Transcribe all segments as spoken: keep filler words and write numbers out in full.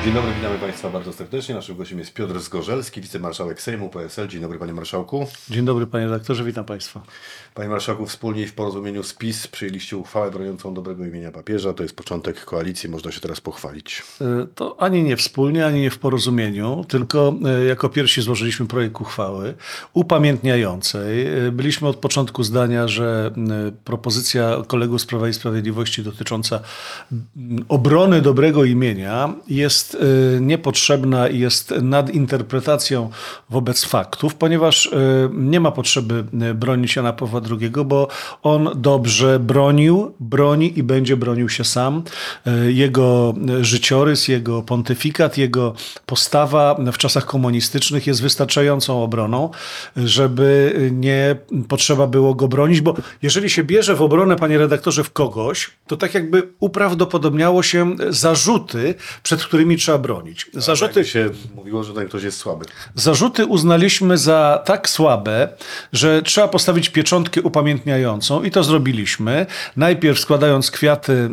Dzień dobry, witamy Państwa bardzo serdecznie. Naszym gościem jest Piotr Zgorzelski, wicemarszałek Sejmu P S L. Dzień dobry, panie marszałku. Dzień dobry, panie redaktorze, witam państwa. Panie marszałku, wspólnie i w porozumieniu z PiS przyjęliście uchwałę broniącą dobrego imienia papieża. To jest początek koalicji, można się teraz pochwalić. To ani nie wspólnie, ani nie w porozumieniu, tylko jako pierwsi złożyliśmy projekt uchwały upamiętniającej. Byliśmy od początku zdania, że propozycja kolegów z Prawa i Sprawiedliwości dotycząca obrony dobrego imienia jest niepotrzebna i jest nadinterpretacją wobec faktów, ponieważ nie ma potrzeby bronić Jana Pawła drugiego, bo on dobrze bronił, broni i będzie bronił się sam. Jego życiorys, jego pontyfikat, jego postawa w czasach komunistycznych jest wystarczającą obroną, żeby nie potrzeba było go bronić, bo jeżeli się bierze w obronę, panie redaktorze, w kogoś, to tak jakby uprawdopodobniało się zarzuty, przed którymi trzeba bronić. Zarzuty się mówiło, że ten ktoś jest słaby. Zarzuty uznaliśmy za tak słabe, że trzeba postawić pieczątkę upamiętniającą i to zrobiliśmy. Najpierw składając kwiaty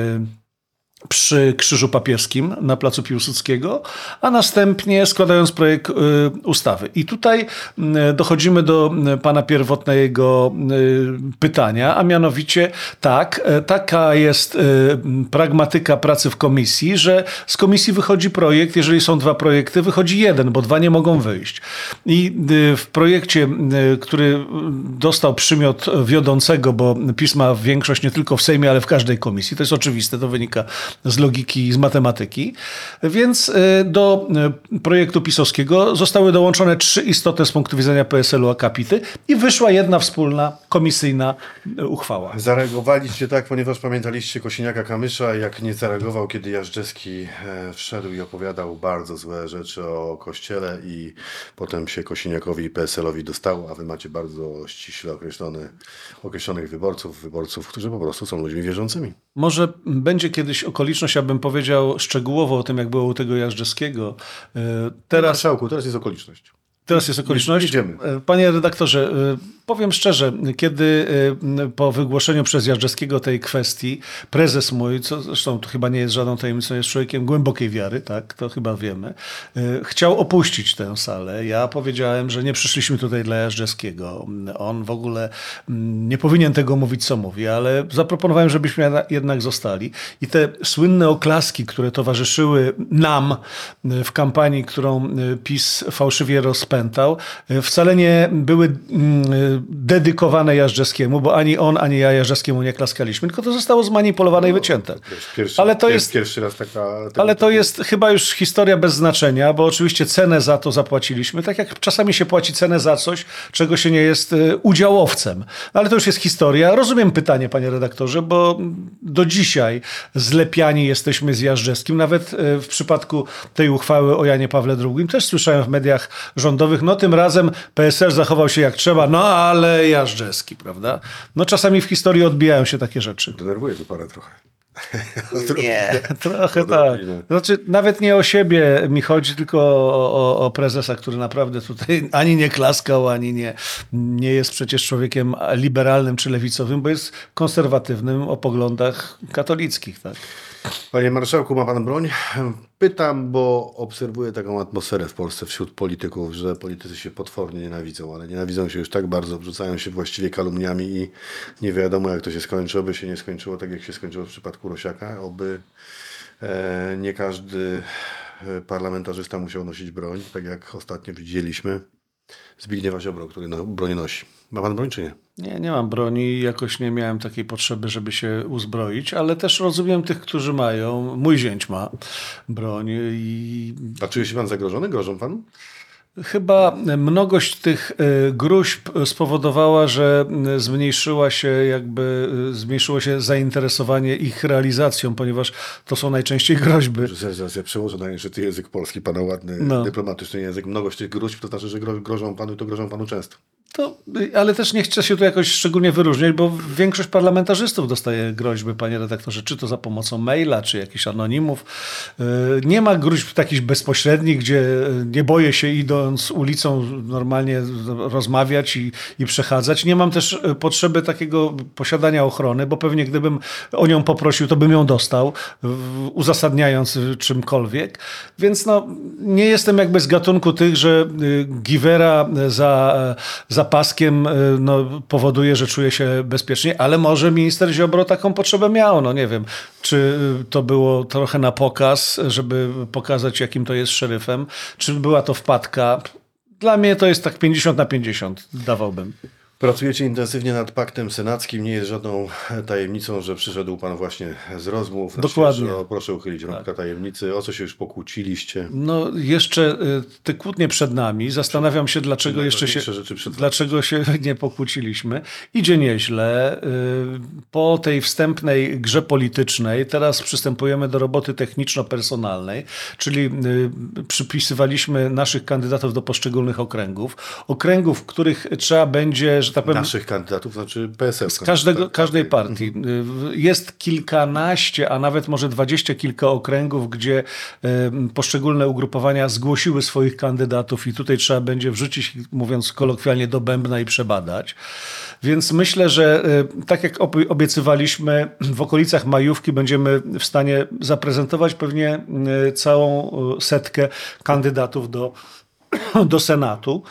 przy Krzyżu Papieskim na placu Piłsudskiego, a następnie składając projekt y, ustawy. I tutaj y, dochodzimy do y, pana pierwotnego y, pytania, a mianowicie tak, y, taka jest y, pragmatyka pracy w komisji, że z komisji wychodzi projekt, jeżeli są dwa projekty, wychodzi jeden, bo dwa nie mogą wyjść. I y, w projekcie, y, który dostał przymiot wiodącego, bo PiS ma większość nie tylko w Sejmie, ale w każdej komisji, to jest oczywiste, to wynika z logiki i z matematyki. Więc do projektu pisowskiego zostały dołączone trzy istotne z punktu widzenia P S L u akapity i wyszła jedna wspólna komisyjna uchwała. Zareagowaliście tak, ponieważ pamiętaliście Kosiniaka-Kamysza, jak nie zareagował, kiedy Jażdżewski wszedł i opowiadał bardzo złe rzeczy o Kościele i potem się Kosiniakowi i P S L owi dostało, a wy macie bardzo ściśle określone, określonych wyborców, wyborców, którzy po prostu są ludźmi wierzącymi. Może będzie kiedyś okoliczność, abym powiedział szczegółowo o tym, jak było u tego Jażdżewskiego. Teraz, marszałku, teraz jest okoliczność. Teraz jest okoliczność. Jedziemy. Panie redaktorze, powiem szczerze, kiedy po wygłoszeniu przez Jażdżewskiego tej kwestii prezes mój, co zresztą to chyba nie jest żadną tajemnicą, jest człowiekiem głębokiej wiary, tak, to chyba wiemy, chciał opuścić tę salę. Ja powiedziałem, że nie przyszliśmy tutaj dla Jażdżewskiego. On w ogóle nie powinien tego mówić, co mówi, ale zaproponowałem, żebyśmy jednak zostali. I te słynne oklaski, które towarzyszyły nam w kampanii, którą PiS fałszywie rozpętał, wcale nie były dedykowane Jażdżewskiemu, bo ani on, ani ja Jażdżewskiemu nie klaskaliśmy, tylko to zostało zmanipulowane i wycięte. Pierwszy, ale to pier, jest, pierwszy raz taka... Ale to jest chyba już historia bez znaczenia, bo oczywiście cenę za to zapłaciliśmy, tak jak czasami się płaci cenę za coś, czego się nie jest udziałowcem. Ale to już jest historia. Rozumiem pytanie, panie redaktorze, bo do dzisiaj zlepiani jesteśmy z Jażdżewskim. Nawet w przypadku tej uchwały o Janie Pawle drugim też słyszałem w mediach rządowych, no tym razem P S L zachował się jak trzeba, no ale Jażdżewski, prawda? No czasami w historii odbijają się takie rzeczy. Denerwuje to parę trochę. Nie, trochę tak. Znaczy, nawet nie o siebie mi chodzi, tylko o, o, o prezesa, który naprawdę tutaj ani nie klaskał, ani nie, nie jest przecież człowiekiem liberalnym czy lewicowym, bo jest konserwatywnym o poglądach katolickich, tak? Panie marszałku, ma pan broń? Pytam, bo obserwuję taką atmosferę w Polsce wśród polityków, że politycy się potwornie nienawidzą, ale nienawidzą się już tak bardzo, wrzucają się właściwie kalumniami i nie wiadomo, jak to się skończy. Oby się nie skończyło tak, jak się skończyło w przypadku Rosiaka, oby e, nie każdy parlamentarzysta musiał nosić broń, tak jak ostatnio widzieliśmy Zbigniewa Ziobro, który no, broń nosi. Ma pan broń, czy nie? Nie, nie mam broni. Jakoś nie miałem takiej potrzeby, żeby się uzbroić, ale też rozumiem tych, którzy mają. Mój zięć ma broń. I... A czuje się pan zagrożony? Grożą panu? Chyba mnogość tych gruźb spowodowała, że zmniejszyła się jakby, zmniejszyło się zainteresowanie ich realizacją, ponieważ to są najczęściej groźby. Zaraz ja przełożę na język, język polski, pana ładny, no. dyplomatyczny język. Mnogość tych gruźb to znaczy, że grożą panu i to grożą panu często. To, ale też nie chcę się tu jakoś szczególnie wyróżniać, bo większość parlamentarzystów dostaje groźby, panie redaktorze, czy to za pomocą maila, czy jakichś anonimów. Nie ma gruźb takich bezpośrednich, gdzie nie boję się idąc ulicą normalnie rozmawiać i, i przechadzać. Nie mam też potrzeby takiego posiadania ochrony, bo pewnie gdybym o nią poprosił, to bym ją dostał, uzasadniając czymkolwiek. Więc no, nie jestem jakby z gatunku tych, że giwera za, za paskiem no, powoduje, że czuję się bezpiecznie, ale może minister Ziobro taką potrzebę miał. No nie wiem, czy to było trochę na pokaz, żeby pokazać, jakim to jest szeryfem, czy była to wpadka. Dla mnie to jest tak pięćdziesiąt na pięćdziesiąt, dawałbym. Pracujecie intensywnie nad paktem senackim. Nie jest żadną tajemnicą, że przyszedł pan właśnie z rozmów. Dokładnie. Znaczy, proszę uchylić rąbka tak. tajemnicy. O co się już pokłóciliście? No jeszcze te kłótnie przed nami. Zastanawiam się, dlaczego jeszcze się, dlaczego się nie pokłóciliśmy. Idzie nieźle. Po tej wstępnej grze politycznej teraz przystępujemy do roboty techniczno-personalnej, czyli przypisywaliśmy naszych kandydatów do poszczególnych okręgów. Okręgów, w których trzeba będzie, że tak powiem... Naszych kandydatów, znaczy P S L. Z każdego, każdej partii. Jest kilkanaście, a nawet może dwadzieścia kilka okręgów, gdzie poszczególne ugrupowania zgłosiły swoich kandydatów i tutaj trzeba będzie wrzucić, mówiąc kolokwialnie, do bębna i przebadać. Więc myślę, że tak jak obiecywaliśmy, w okolicach majówki będziemy w stanie zaprezentować pewnie całą setkę kandydatów do do Senatu.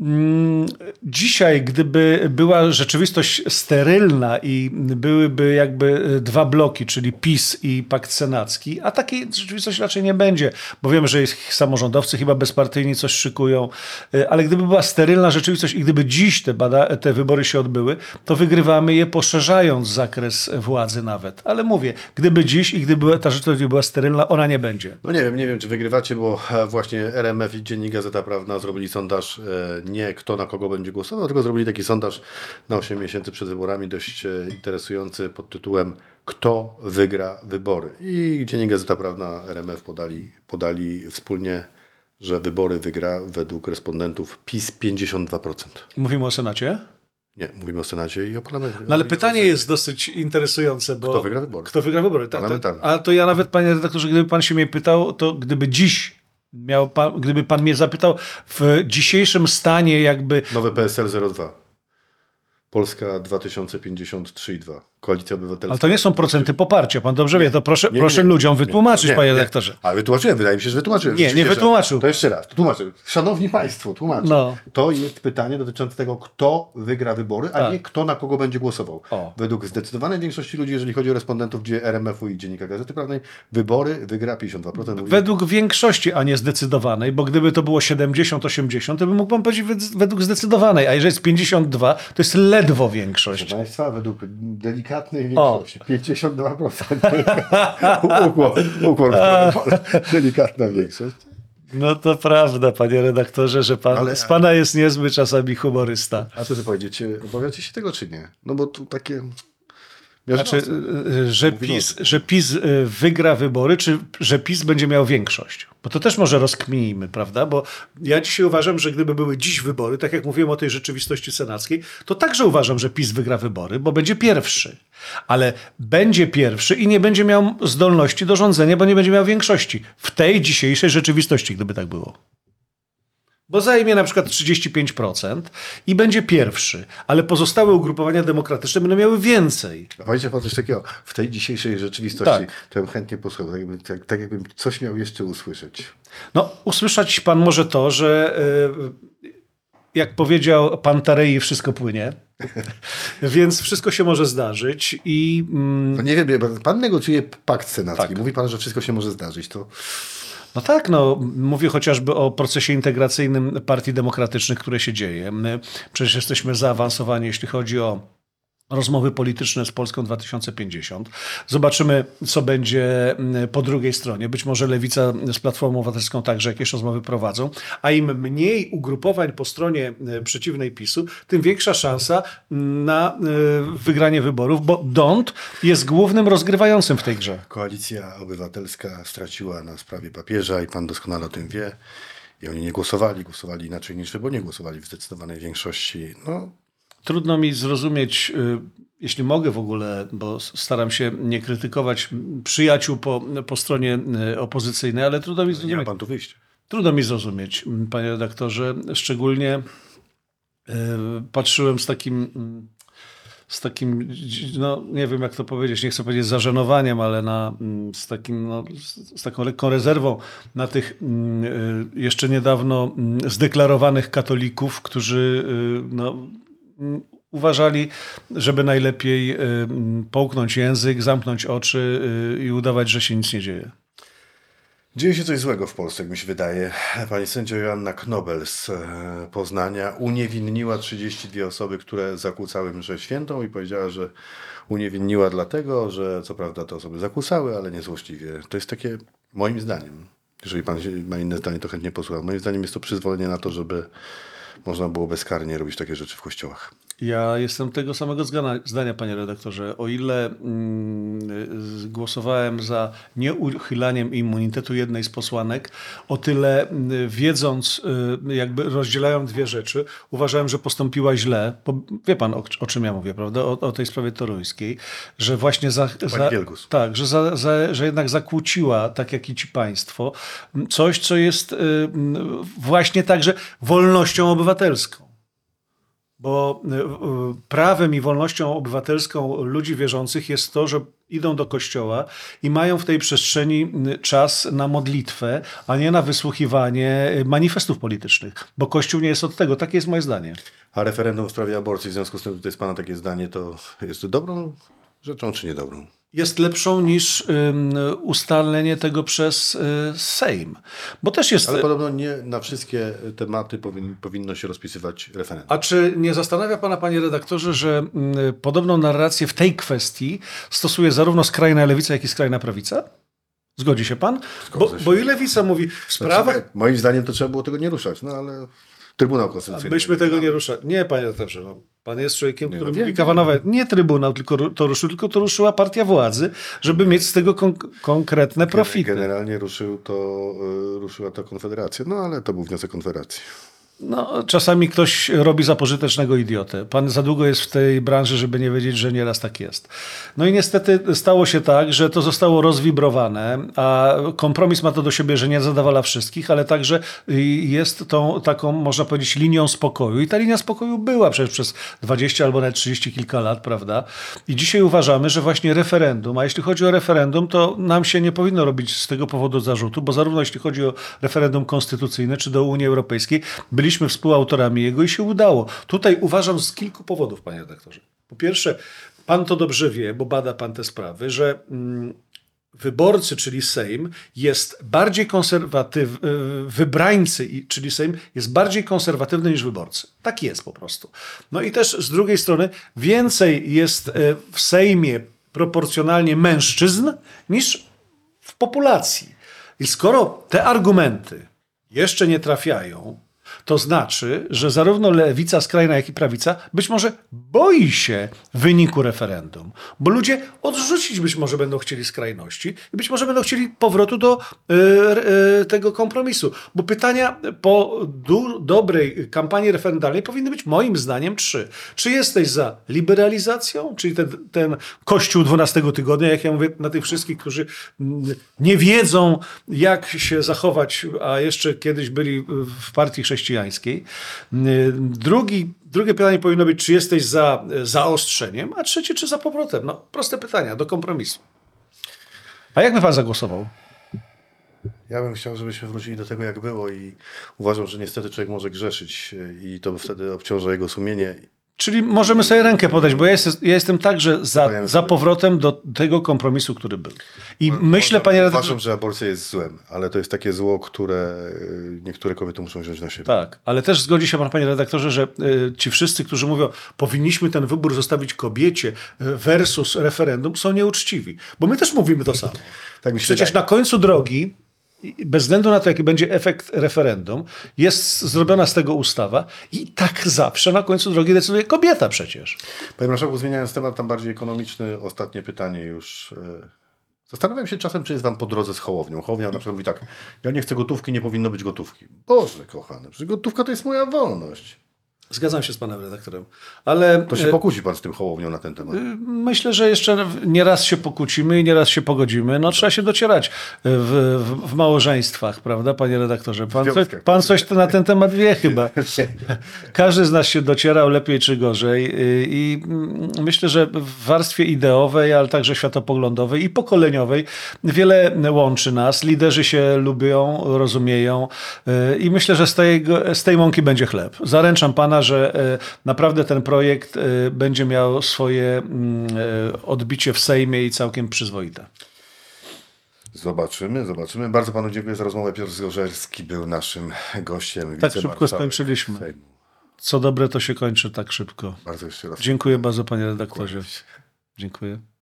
Dzisiaj, gdyby była rzeczywistość sterylna i byłyby jakby dwa bloki, czyli PiS i Pakt Senacki, a takiej rzeczywistości raczej nie będzie, bo wiemy, że jest samorządowcy chyba bezpartyjni coś szykują, ale gdyby była sterylna rzeczywistość i gdyby dziś te, bada- te wybory się odbyły, to wygrywamy je poszerzając zakres władzy nawet. Ale mówię, gdyby dziś i gdyby ta rzeczywistość była sterylna, ona nie będzie. No nie wiem, nie wiem, czy wygrywacie, bo właśnie R M F i Dziennik Gazeta Prawna zrobili sondaż nie kto na kogo będzie głosował, tylko zrobili taki sondaż na osiem miesięcy przed wyborami, dość interesujący pod tytułem Kto wygra wybory? I Dziennik Gazeta Prawna, R M F podali, podali wspólnie, że wybory wygra według respondentów PiS pięćdziesiąt dwa procent. Mówimy o Senacie? Nie, mówimy o Senacie i o parlamencie. No ale pytanie jest dosyć interesujące, bo... Kto wygra wybory? Kto wygra wybory, tak. Parlamentarne. A to ja nawet, panie redaktorze, gdyby pan się mnie pytał, to gdyby dziś miał pan, gdyby pan mnie zapytał w dzisiejszym stanie jakby... Nowe P S L zero dwa. Polska dwa tysiące pięćdziesiąt trzy i dwa. Koalicja Obywatelska. Ale to nie są procenty poparcia, pan dobrze wie, to proszę, Nie, nie, proszę nie, ludziom nie, wytłumaczyć, nie, panie nie. redaktorze. Ale wytłumaczyłem, wydaje mi się, że wytłumaczyłem. Nie, nie Rzeczywiście, wytłumaczył. że- To jeszcze raz, tłumaczę. Szanowni Państwo, tłumaczę. No. To jest pytanie dotyczące tego, kto wygra wybory, a Tak. nie kto na kogo będzie głosował. O. Według zdecydowanej większości ludzi, jeżeli chodzi o respondentów, gdzie R M F-u i Dziennika Gazety Prawnej, wybory wygra pięćdziesiąt dwa procent. ludzi. Według większości, a nie zdecydowanej, bo gdyby to było siedemdziesiąt osiemdziesiąt, to bym mógł pan powiedzieć wed- według zdecydowanej, a jeżeli jest pięćdziesiąt dwa, to jest ledwo większość. Proszę Państwa, według delikatnej O. większości, pięćdziesiąt dwa procent. Ukłon, ukłon, delikatna większość. No to prawda, panie redaktorze, że pan, Ale- z pana jest niezły czasami humorysta. A co ty powiedzieć, obawiacie się tego, czy nie? No bo tu takie... Znaczy, miażdżące. y, że Mówimy PiS, o tym. że PiS y, wygra wybory, czy że PiS będzie miał większość? Bo to też może rozkminijmy, prawda? Bo ja dzisiaj uważam, że gdyby były dziś wybory, tak jak mówiłem o tej rzeczywistości senackiej, to także uważam, że PiS wygra wybory, bo będzie pierwszy. Ale będzie pierwszy i nie będzie miał zdolności do rządzenia, bo nie będzie miał większości. W tej dzisiejszej rzeczywistości, gdyby tak było. Bo zajmie na przykład trzydzieści pięć procent i będzie pierwszy, ale pozostałe ugrupowania demokratyczne będą miały więcej. A powiedzcie pan coś takiego, w tej dzisiejszej rzeczywistości, Tak. to bym chętnie posłuchał, tak, jakby- tak, tak jakbym coś miał jeszcze usłyszeć. No, usłyszeć pan może to, że y, jak powiedział pan Tarei, wszystko płynie, więc wszystko się może zdarzyć i... mm, No nie wiem, bo pan negocjuje pakt senacki, Tak. mówi pan, że wszystko się może zdarzyć, to No tak, no, mówię chociażby o procesie integracyjnym partii demokratycznych, które się dzieje. My przecież jesteśmy zaawansowani, jeśli chodzi o rozmowy polityczne z Polską dwa tysiące pięćdziesiąt. Zobaczymy, co będzie po drugiej stronie. Być może Lewica z Platformą Obywatelską także jakieś rozmowy prowadzą, a im mniej ugrupowań po stronie przeciwnej PiSu, tym większa szansa na wygranie wyborów, bo Dont jest głównym rozgrywającym w tej grze. Koalicja Obywatelska straciła na sprawie papieża i pan doskonale o tym wie. I oni nie głosowali, głosowali inaczej niż wy, bo nie głosowali w zdecydowanej większości. No, Trudno mi zrozumieć, y, jeśli mogę w ogóle, bo s- staram się nie krytykować przyjaciół po, po stronie y, opozycyjnej, ale trudno mi nie ma zrozumieć, pan tu wyjść. trudno mi zrozumieć, m, panie redaktorze, szczególnie y, patrzyłem z takim, mm, z takim, dzi- no nie wiem jak to powiedzieć, nie chcę powiedzieć zażenowaniem, ale na, mm, z, takim, no, z, z taką lekką rezerwą na tych mm, y, jeszcze niedawno mm, zdeklarowanych katolików, którzy y, no, mm, uważali, żeby najlepiej y, mm, połknąć język, zamknąć oczy y, i udawać, że się nic nie dzieje. Dzieje się coś złego w Polsce, jak mi się wydaje. Pani sędzia Joanna Knobel z e, Poznania uniewinniła trzydzieści dwie osoby, które zakłócały mszę świętą i powiedziała, że uniewinniła dlatego, że co prawda te osoby zakłócały, ale niezłośliwie. To jest takie, moim zdaniem, jeżeli pan się- ma inne zdanie, to chętnie posłucham. Moim zdaniem jest to przyzwolenie na to, żeby można było bezkarnie robić takie rzeczy w kościołach. Ja jestem tego samego zgana- zdania, panie redaktorze. O ile mm, z- głosowałem za nieuchylaniem immunitetu jednej z posłanek, o tyle mm, wiedząc, y, jakby rozdzielają dwie rzeczy, uważałem, że postąpiła źle. Bo wie pan, o, o czym ja mówię, prawda? O, o tej sprawie toruńskiej, że właśnie za... za Wielgus. tak, że, za, za, że jednak zakłóciła, tak jak i ci państwo, coś, co jest y, y, właśnie także wolnością obywatelską. Bo y, y, prawem i wolnością obywatelską ludzi wierzących jest to, że idą do kościoła i mają w tej przestrzeni y, czas na modlitwę, a nie na wysłuchiwanie y, manifestów politycznych. Bo Kościół nie jest od tego. Takie jest moje zdanie. A referendum w sprawie aborcji, w związku z tym, że to jest pana takie zdanie, to jest dobrą rzeczą czy niedobrą? Jest lepszą niż ym, ustalenie tego przez y, Sejm. Bo też jest... Ale podobno nie na wszystkie tematy powin, powinno się rozpisywać referendum. A czy nie zastanawia pana, panie redaktorze, że mm, podobną narrację w tej kwestii stosuje zarówno skrajna lewica, jak i skrajna prawica? Zgodzi się pan? Bo, Zgodzę się. bo i lewica mówi w sprawach... Znaczy, moim zdaniem to trzeba było tego nie ruszać, no ale Trybunał Konstytucyjny. Myśmy tego nie ruszali. Nie, panie redaktorze. No, pan jest człowiekiem, Nie, który no mówi wiem, kawanowe. Nie Trybunał tylko ru- to ruszył, tylko to ruszyła partia władzy, żeby mieć z tego kon- konkretne profity. Generalnie ruszył to, y, ruszyła to Konfederacja, no ale to był wniosek Konfederacji. No, czasami ktoś robi za pożytecznego idiotę. Pan za długo jest w tej branży, żeby nie wiedzieć, że nieraz tak jest. No i niestety stało się tak, że to zostało rozwibrowane, a kompromis ma to do siebie, że nie zadawala wszystkich, ale także jest tą taką, można powiedzieć, linią spokoju. I ta linia spokoju była przecież przez dwadzieścia albo nawet trzydzieści kilka lat, prawda? I dzisiaj uważamy, że właśnie referendum, a jeśli chodzi o referendum, to nam się nie powinno robić z tego powodu zarzutu, bo zarówno jeśli chodzi o referendum konstytucyjne, czy do Unii Europejskiej, byliśmy współautorami jego i się udało. Tutaj uważam z kilku powodów, panie redaktorze. Po pierwsze, pan to dobrze wie, bo bada pan te sprawy, że mm, wyborcy, czyli Sejm, jest bardziej konserwatywny, wybrańcy, i- czyli Sejm, jest bardziej konserwatywny niż wyborcy. Tak jest po prostu. No i też z drugiej strony więcej jest e, w Sejmie proporcjonalnie mężczyzn niż w populacji. I skoro te argumenty jeszcze nie trafiają, to znaczy, że zarówno lewica skrajna, jak i prawica być może boi się wyniku referendum, bo ludzie odrzucić być może będą chcieli skrajności i być może będą chcieli powrotu do y, y, tego kompromisu. Bo pytania po du- dobrej kampanii referendalnej powinny być moim zdaniem trzy. Czy jesteś za liberalizacją, czyli ten, ten kościół dwunastego tygodnia, jak ja mówię, na tych wszystkich, którzy mm, nie wiedzą, jak się zachować, a jeszcze kiedyś byli w partii chrześcijańskiej. Drugi, drugie pytanie powinno być, czy jesteś za zaostrzeniem, a trzecie, czy za powrotem. No, proste pytania, do kompromisu. A jak by pan zagłosował? Ja bym chciał, żebyśmy wrócili do tego, jak było i uważam, że niestety człowiek może grzeszyć i to wtedy obciąża jego sumienie. Czyli możemy sobie rękę podać, bo ja, jest, ja jestem także za, Powiem za sobie. powrotem do tego kompromisu, który był. I myślę, panie redaktorze... Uważam, że aborcja jest złem, ale to jest takie zło, które y, niektóre kobiety muszą wziąć na siebie. Tak, ale też zgodzi się pan, panie redaktorze, że y, ci wszyscy, którzy mówią, powinniśmy ten wybór zostawić kobiecie y, versus referendum, są nieuczciwi. Bo my też mówimy to samo. Tak mi się Przecież wydaje. na końcu drogi, i bez względu na to, jaki będzie efekt referendum, jest zrobiona z tego ustawa i tak zawsze na końcu drogi decyduje kobieta przecież. Panie marszałku, zmieniając temat, tam bardziej ekonomiczny, ostatnie pytanie już. y, Zastanawiam się czasem, czy jest wam po drodze z Hołownią. Hołownia na przykład mówi tak, ja nie chcę gotówki, nie powinno być gotówki. Boże kochany, przecież gotówka to jest moja wolność. Zgadzam się z panem redaktorem, ale To się pokłóci pan z tym Hołownią na ten temat. myślę, że jeszcze nieraz się pokłócimy i nieraz się pogodzimy. No trzeba się docierać w, w, w małżeństwach, prawda, panie redaktorze? Pan, coś, związkach. pan coś na ten temat wie chyba. Każdy z nas się docierał lepiej czy gorzej i myślę, że w warstwie ideowej, ale także światopoglądowej i pokoleniowej wiele łączy nas. Liderzy się lubią, rozumieją i myślę, że z tej, z tej mąki będzie chleb. Zaręczam pana, że naprawdę ten projekt będzie miał swoje odbicie w Sejmie i całkiem przyzwoite. Zobaczymy, zobaczymy. Bardzo panu dziękuję za rozmowę. Piotr Zgorzelski był naszym gościem. Tak szybko wicemarszałek skończyliśmy. Sejmu. Co dobre, to się kończy tak szybko. Bardzo jeszcze raz. Dziękuję bardzo, panie redaktorze. Dziękuję.